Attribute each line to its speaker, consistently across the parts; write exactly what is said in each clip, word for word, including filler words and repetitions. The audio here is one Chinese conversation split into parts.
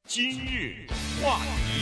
Speaker 1: 今日话题，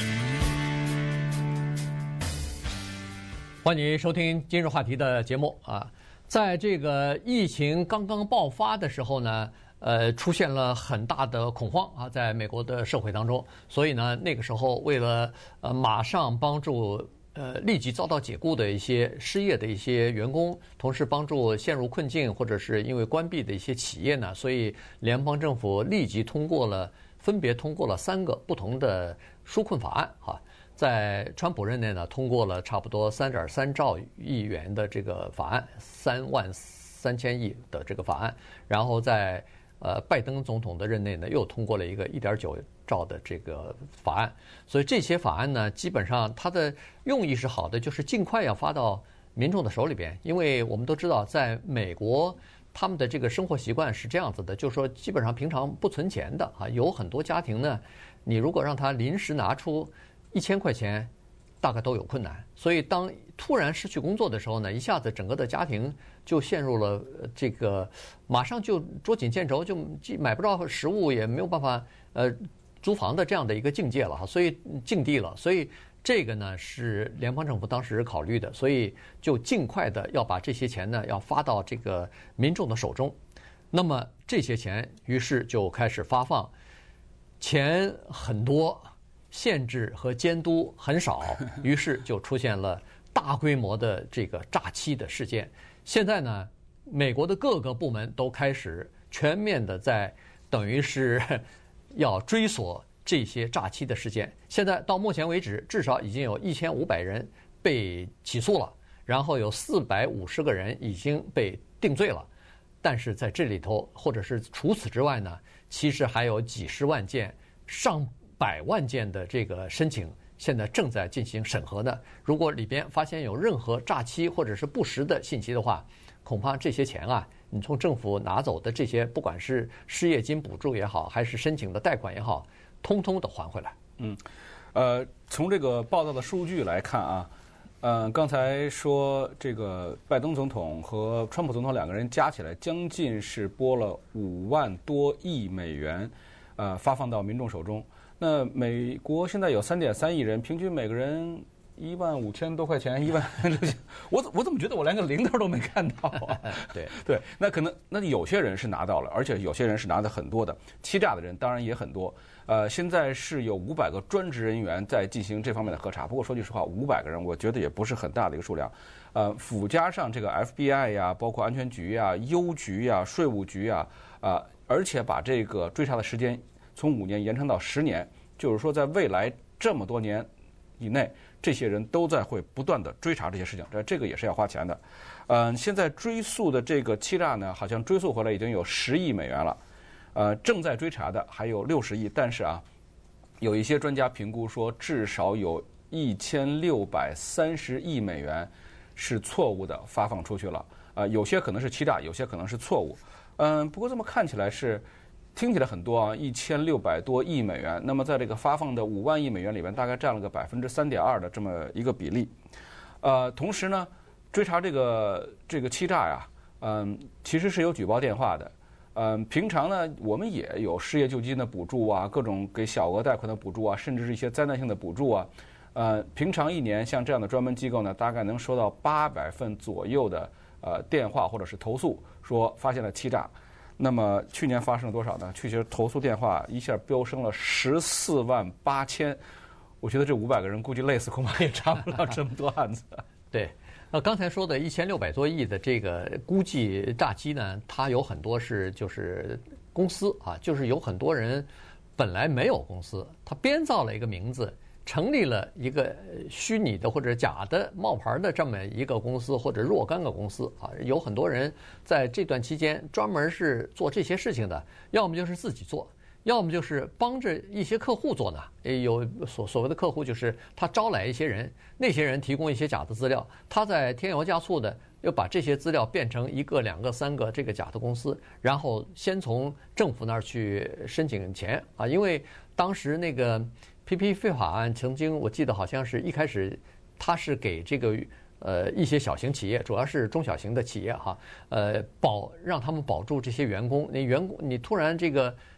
Speaker 2: 欢迎收听今日话题的节目啊。在这个疫情刚刚爆发的时候呢，呃，出现了很大的恐慌啊，在美国的社会当中。所以呢，那个时候为了呃马上帮助呃立即遭到解雇的一些失业的一些员工，同时帮助陷入困境或者是因为关闭的一些企业呢，所以联邦政府立即通过了。分别通过了三个不同的纾困法案哈，在川普任内呢，通过了差不多三点三兆亿元的这个法案，三万三千亿的这个法案，然后在呃拜登总统的任内呢，又通过了一个一点九兆的这个法案，所以这些法案呢，基本上它的用意是好的，就是尽快要发到民众的手里边，因为我们都知道，在美国。他们的这个生活习惯是这样子的，就是说基本上平常不存钱的啊，有很多家庭呢，你如果让他临时拿出一千块钱，大概都有困难。所以当突然失去工作的时候呢，一下子整个的家庭就陷入了这个马上就捉襟见肘，就买不着食物，也没有办法呃租房的这样的一个境界了哈，所以境地了，所以。这个呢是联邦政府当时考虑的，所以就尽快的要把这些钱呢要发到这个民众的手中。那么这些钱于是就开始发放，钱很多，限制和监督很少，于是就出现了大规模的这个诈欺的事件。现在呢，美国的各个部门都开始全面的在等于是要追索。这些诈欺的事件，现在到目前为止，至少已经有一千五百人被起诉了，然后有四百五十个人已经被定罪了。但是在这里头，或者是除此之外呢，其实还有几十万件、上百万件的这个申请，现在正在进行审核呢。如果里边发现有任何诈欺或者是不实的信息的话，恐怕这些钱啊，你从政府拿走的这些，不管是失业金补助也好，还是申请的贷款也好。通通的还回来。
Speaker 3: 嗯，呃，从这个报道的数据来看啊，呃，刚才说这个拜登总统和川普总统两个人加起来将近是拨了五万多亿美元，呃，发放到民众手中。那美国现在有三点三亿人，平均每个人一万五千多块钱，一万我我怎么觉得我连个零头都没看到啊？
Speaker 2: 对
Speaker 3: 对，那可能那有些人是拿到了，而且有些人是拿的很多的，欺诈的人当然也很多。呃，现在是有五百个专职人员在进行这方面的核查。不过说句实话，五百个人我觉得也不是很大的一个数量。呃，附加上这个 F B I 呀，包括安全局呀、邮局呀、税务局呀，啊、呃，而且把这个追查的时间从五年延长到十年，就是说在未来这么多年以内，这些人都在会不断的追查这些事情，这这个也是要花钱的。嗯、呃，现在追诉的这个欺诈呢，好像追诉回来已经有十亿美元了。呃，正在追查的还有六十亿，但是啊，有一些专家评估说，至少有一千六百三十亿美元是错误的发放出去了。呃，有些可能是欺诈，有些可能是错误。嗯、呃，不过这么看起来是听起来很多啊，一千六百多亿美元。那么在这个发放的五万亿美元里面，大概占了个百分之三点二的这么一个比例。呃，同时呢，追查这个这个欺诈呀，嗯、呃，其实是有举报电话的。嗯，平常呢，我们也有失业救济金的补助啊，各种给小额贷款的补助啊，甚至是一些灾难性的补助啊。呃，平常一年像这样的专门机构呢，大概能收到八百份左右的呃电话或者是投诉，说发现了欺诈。那么去年发生了多少呢？去年投诉电话一下飙升了十四万八千。我觉得这五百个人估计累死，恐怕也查不了这么多案子。
Speaker 2: 对。呃，刚才说的一千六百多亿的这个估计诈欺呢，它有很多是就是公司啊，就是有很多人本来没有公司，他编造了一个名字，成立了一个虚拟的或者假的冒牌的这么一个公司或者若干个公司啊，有很多人在这段期间专门是做这些事情的，要么就是自己做。要么就是帮着一些客户做呢，有所所谓的客户就是他招来一些人，那些人提供一些假的资料，他在添油加醋的又把这些资料变成一个、两个、三个这个假的公司，然后先从政府那儿去申请钱啊，因为当时那个 P P P 法案曾经我记得好像是一开始他是给这个。呃，一些小型企业，主要是中小型的企业哈，呃，保让他们保住这些员工。那员工，你突然这个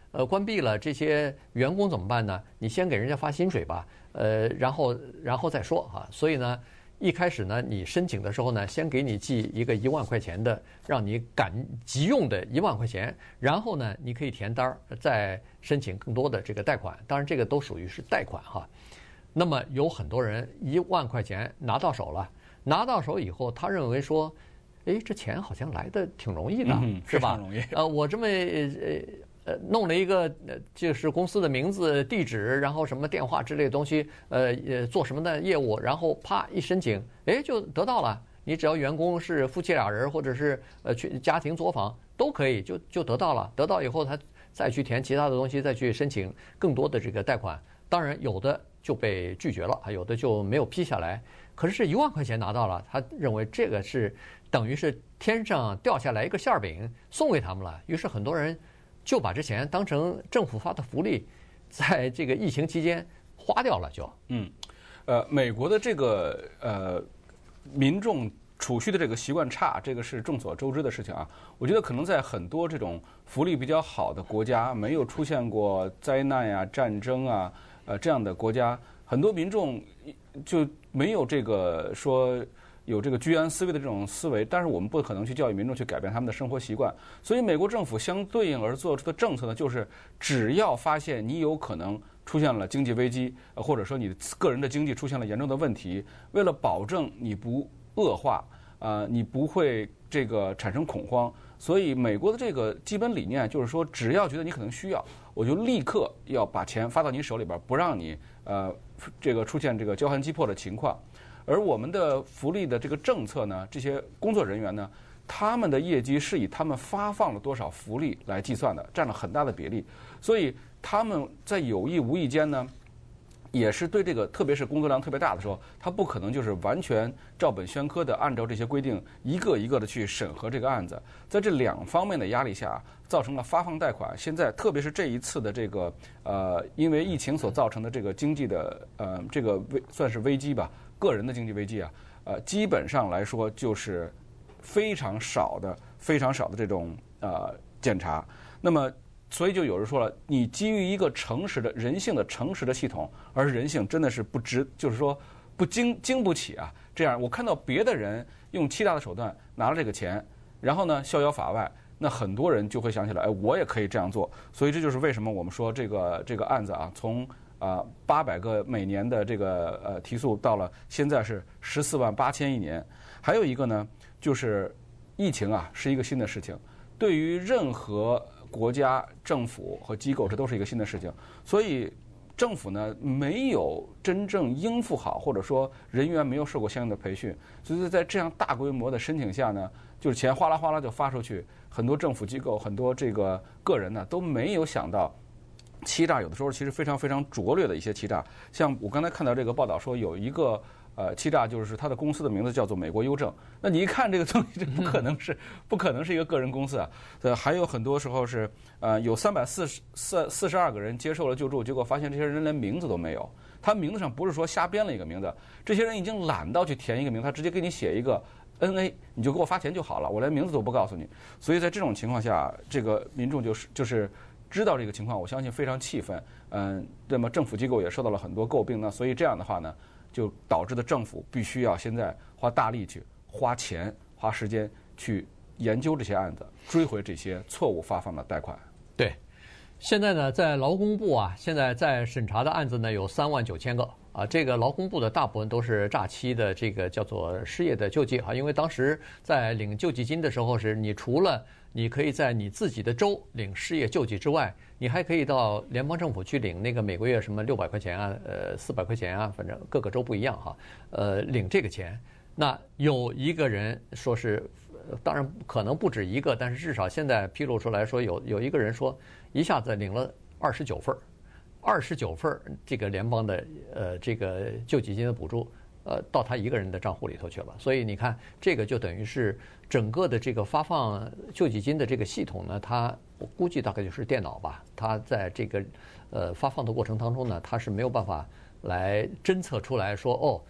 Speaker 2: 呃，关闭了，这些员工怎么办呢？你先给人家发薪水吧，呃，然后然后再说哈。所以呢，一开始呢，你申请的时候呢，先给你寄一个一万块钱的，让你赶急用的一万块钱，然后呢，你可以填单儿，再申请更多的这个贷款。当然，这个都属于是贷款哈。那么有很多人一万块钱拿到手了，拿到手以后，他认为说，哎，这钱好像来的挺容易的，
Speaker 3: 嗯、
Speaker 2: 是吧？
Speaker 3: 容易。
Speaker 2: 呃，我这么呃呃弄了一个呃，就是公司的名字、地址，然后什么电话之类的东西，呃呃，做什么的业务，然后啪一申请，哎，就得到了。你只要员工是夫妻俩人，或者是呃去家庭作坊都可以，就就得到了。得到以后，他再去填其他的东西，再去申请更多的这个贷款。当然，有的就被拒绝了，还有的就没有批下来。可是，一万块钱拿到了，他认为这个是等于是天上掉下来一个馅儿饼送给他们了。于是，很多人就把这钱当成政府发的福利，在这个疫情期间花掉了就。
Speaker 3: 嗯，呃，美国的这个呃民众储蓄的这个习惯差，这个是众所周知的事情啊。我觉得可能在很多这种福利比较好的国家，没有出现过灾难呀、战争啊。呃，这样的国家，很多民众就没有这个说有这个居安思危的这种思维，但是我们不可能去教育民众去改变他们的生活习惯，所以美国政府相对应而做出的政策呢，就是只要发现你有可能出现了经济危机，或者说你个人的经济出现了严重的问题，为了保证你不恶化，呃，你不会这个产生恐慌，所以美国的这个基本理念就是说，只要觉得你可能需要，我就立刻要把钱发到你手里边，不让你呃这个出现这个骄寒击破的情况。而我们的福利的这个政策呢，这些工作人员呢，他们的业绩是以他们发放了多少福利来计算的，占了很大的比例。所以他们在有意无意间呢，也是对这个，特别是工作量特别大的时候，他不可能就是完全照本宣科的按照这些规定一个一个的去审核这个案子。在这两方面的压力下，造成了发放贷款。现在特别是这一次的这个呃，因为疫情所造成的这个经济的呃这个危算是危机吧，个人的经济危机啊，呃，基本上来说就是非常少的、非常少的这种呃检查。那么。所以就有人说了，你基于一个诚实的人性的诚实的系统，而人性真的是不值，就是说不经经不起啊。这样，我看到别的人用欺诈的手段拿了这个钱，然后呢逍遥法外，那很多人就会想起来，哎，我也可以这样做。所以这就是为什么我们说这个这个案子啊，从啊八百个每年的这个呃提速到了现在是十四万八千一年。还有一个呢，就是疫情啊是一个新的事情，对于任何国家、政府和机构，这都是一个新的事情，所以政府呢没有真正应付好，或者说人员没有受过相应的培训，所以在这样大规模的申请下呢，就是钱哗啦哗啦就发出去，很多政府机构、很多这个个人呢都没有想到，欺诈有的时候其实非常非常拙劣的一些欺诈，像我刚才看到这个报道说有一个。呃，欺诈就是他的公司的名字叫做美国邮政。那你一看这个东西，这不可能是，不可能是一个个人公司啊。呃，还有很多时候是，呃，有三百四十四四十二个人接受了救助，结果发现这些人连名字都没有。他名字上不是说瞎编了一个名字，这些人已经懒到去填一个名字，他直接给你写一个 N A， 你就给我发钱就好了，我连名字都不告诉你。所以在这种情况下，这个民众就是就是知道这个情况，我相信非常气愤。嗯，那么政府机构也受到了很多诟病呢。所以这样的话呢。就导致的政府必须要现在花大力气、花钱、花时间去研究这些案子，追回这些错误发放的贷款。
Speaker 2: 对，现在呢，在劳工部啊，现在在审查的案子呢有三万九千个啊。这个劳工部的大部分都是诈欺的，这个叫做失业的救济啊。因为当时在领救济金的时候，是你除了你可以在你自己的州领失业救济之外，你还可以到联邦政府去领那个每个月什么六百块钱啊，呃四百块钱啊，反正各个州不一样哈，呃领这个钱。那有一个人说是，当然可能不止一个，但是至少现在披露出来说有有一个人说一下子领了二十九份儿，二十九份儿这个联邦的呃这个救济金的补助。呃，到他一个人的账户里头去了，所以你看，这个就等于是整个的这个发放救济金的这个系统呢，它我估计大概就是电脑吧，它在这个呃发放的过程当中呢，它是没有办法来侦测出来说，哦，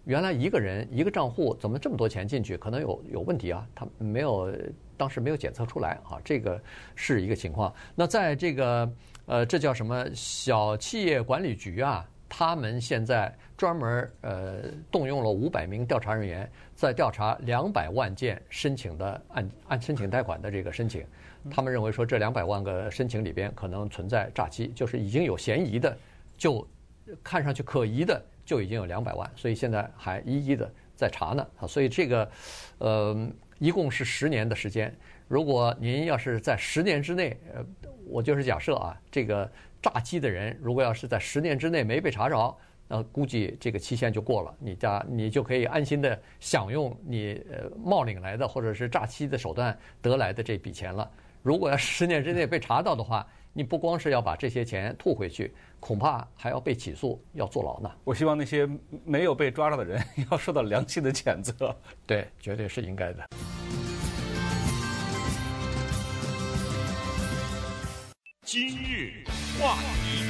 Speaker 2: 原来一个人一个账户怎么这么多钱进去？可能有有问题啊，他没有当时没有检测出来啊，这个是一个情况。那在这个呃，这叫什么小企业管理局啊？他们现在专门呃动用了五百名调查人员，在调查两百万件申请的按按申请贷款的这个申请。他们认为说这两百万个申请里边可能存在诈欺，就是已经有嫌疑的，就看上去可疑的。就已经有两百万，所以现在还一一的在查呢啊，所以这个，呃，一共是十年的时间。如果您要是在十年之内，呃，我就是假设啊，这个诈欺的人如果要是在十年之内没被查着，那估计这个期限就过了，你家你就可以安心的享用你呃冒领来的或者是诈欺的手段得来的这笔钱了。如果要十年之内被查到的话，你不光是要把这些钱吐回去，恐怕还要被起诉，要坐牢呢。
Speaker 3: 我希望那些没有被抓到的人要受到良心的谴责。
Speaker 2: 对，绝对是应该的。
Speaker 1: 今日话题，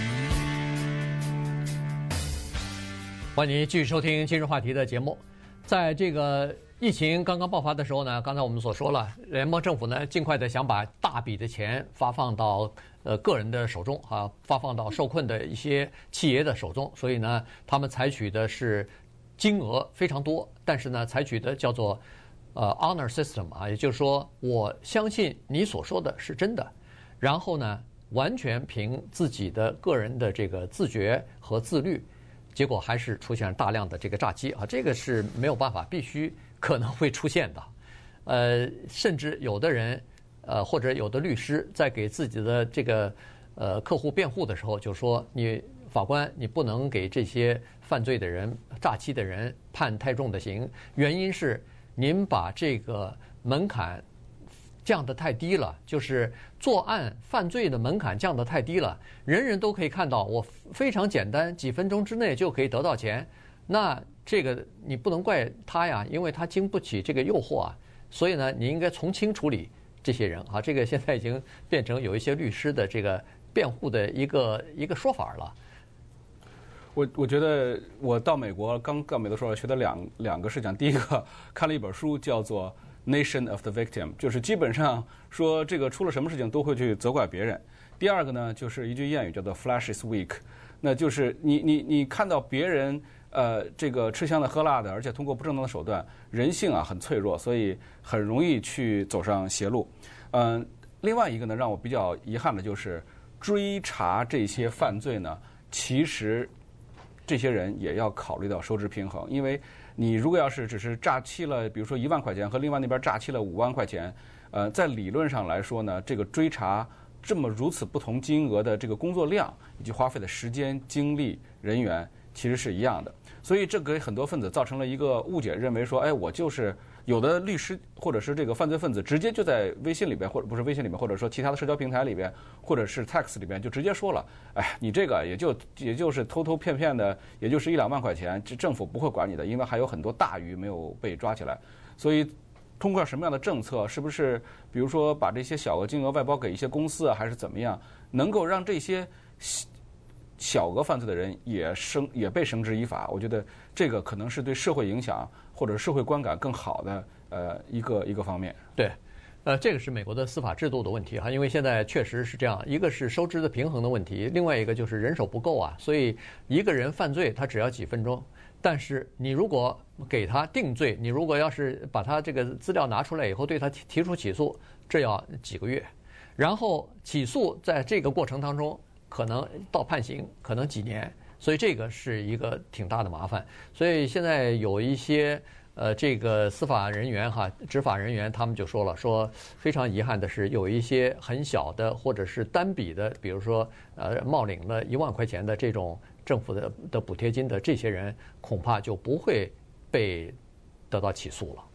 Speaker 2: 欢迎您继续收听今日话题的节目。在这个疫情刚刚爆发的时候呢，刚才我们所说了，联邦政府呢尽快的想把大笔的钱发放到呃个人的手中啊，发放到受困的一些企业的手中，所以呢，他们采取的是金额非常多，但是呢，采取的叫做呃 honor system 啊，也就是说，我相信你所说的是真的，然后呢，完全凭自己的个人的这个自觉和自律。结果还是出现了大量的这个诈欺啊，这个是没有办法，必须可能会出现的。呃，甚至有的人，呃，或者有的律师在给自己的这个呃客户辩护的时候，就说你法官你不能给这些犯罪的人、诈欺的人判太重的刑，原因是您把这个门槛降得太低了，就是作案犯罪的门槛降得太低了，人人都可以看到，我非常简单，几分钟之内就可以得到钱。那这个你不能怪他呀，因为他经不起这个诱惑啊。所以呢，你应该从轻处理这些人啊。这个现在已经变成有一些律师的这个辩护的一个一个说法了。
Speaker 3: 我我觉得我到美国刚到美国的时候学的两两个事情，第一个看了一本书叫做Nation of the Victim， 就是基本上说这个出了什么事情都会去责怪别人。第二个呢，就是一句谚语叫做 "Flesh is weak"， 那就是你你你看到别人呃这个吃香的喝辣的，而且通过不正当的手段，人性啊很脆弱，所以很容易去走上邪路。嗯、呃，另外一个呢，让我比较遗憾的就是追查这些犯罪呢，其实这些人也要考虑到收支平衡，因为你如果要是只是诈欺了，比如说一万块钱，和另外那边诈欺了五万块钱，呃，在理论上来说呢，这个追查这么如此不同金额的这个工作量以及花费的时间、精力、人员，其实是一样的。所以这给很多分子造成了一个误解，认为说，哎，我就是有的律师或者是这个犯罪分子直接就在微信里边，或者不是微信里面，或者说其他的社交平台里边，或者是 text 里边就直接说了，哎，你这个也就也就是偷偷骗骗的，也就是一两万块钱，这政府不会管你的，因为还有很多大鱼没有被抓起来。所以通过什么样的政策，是不是比如说把这些小额金额外包给一些公司啊，还是怎么样，能够让这些小额犯罪的人也绳也被绳之以法？我觉得这个可能是对社会影响或者社会观感更好的呃一个一个方面。
Speaker 2: 对，呃，这个是美国的司法制度的问题哈，因为现在确实是这样，一个是收支的平衡的问题，另外一个就是人手不够啊，所以一个人犯罪他只要几分钟，但是你如果给他定罪，你如果要是把他这个资料拿出来以后对他提提出起诉，这要几个月，然后起诉在这个过程当中可能到判刑可能几年，所以这个是一个挺大的麻烦。所以现在有一些呃这个司法人员哈，执法人员他们就说了，说非常遗憾的是，有一些很小的或者是单笔的，比如说呃冒领了一万块钱的这种政府的的补贴金的这些人，恐怕就不会被得到起诉了。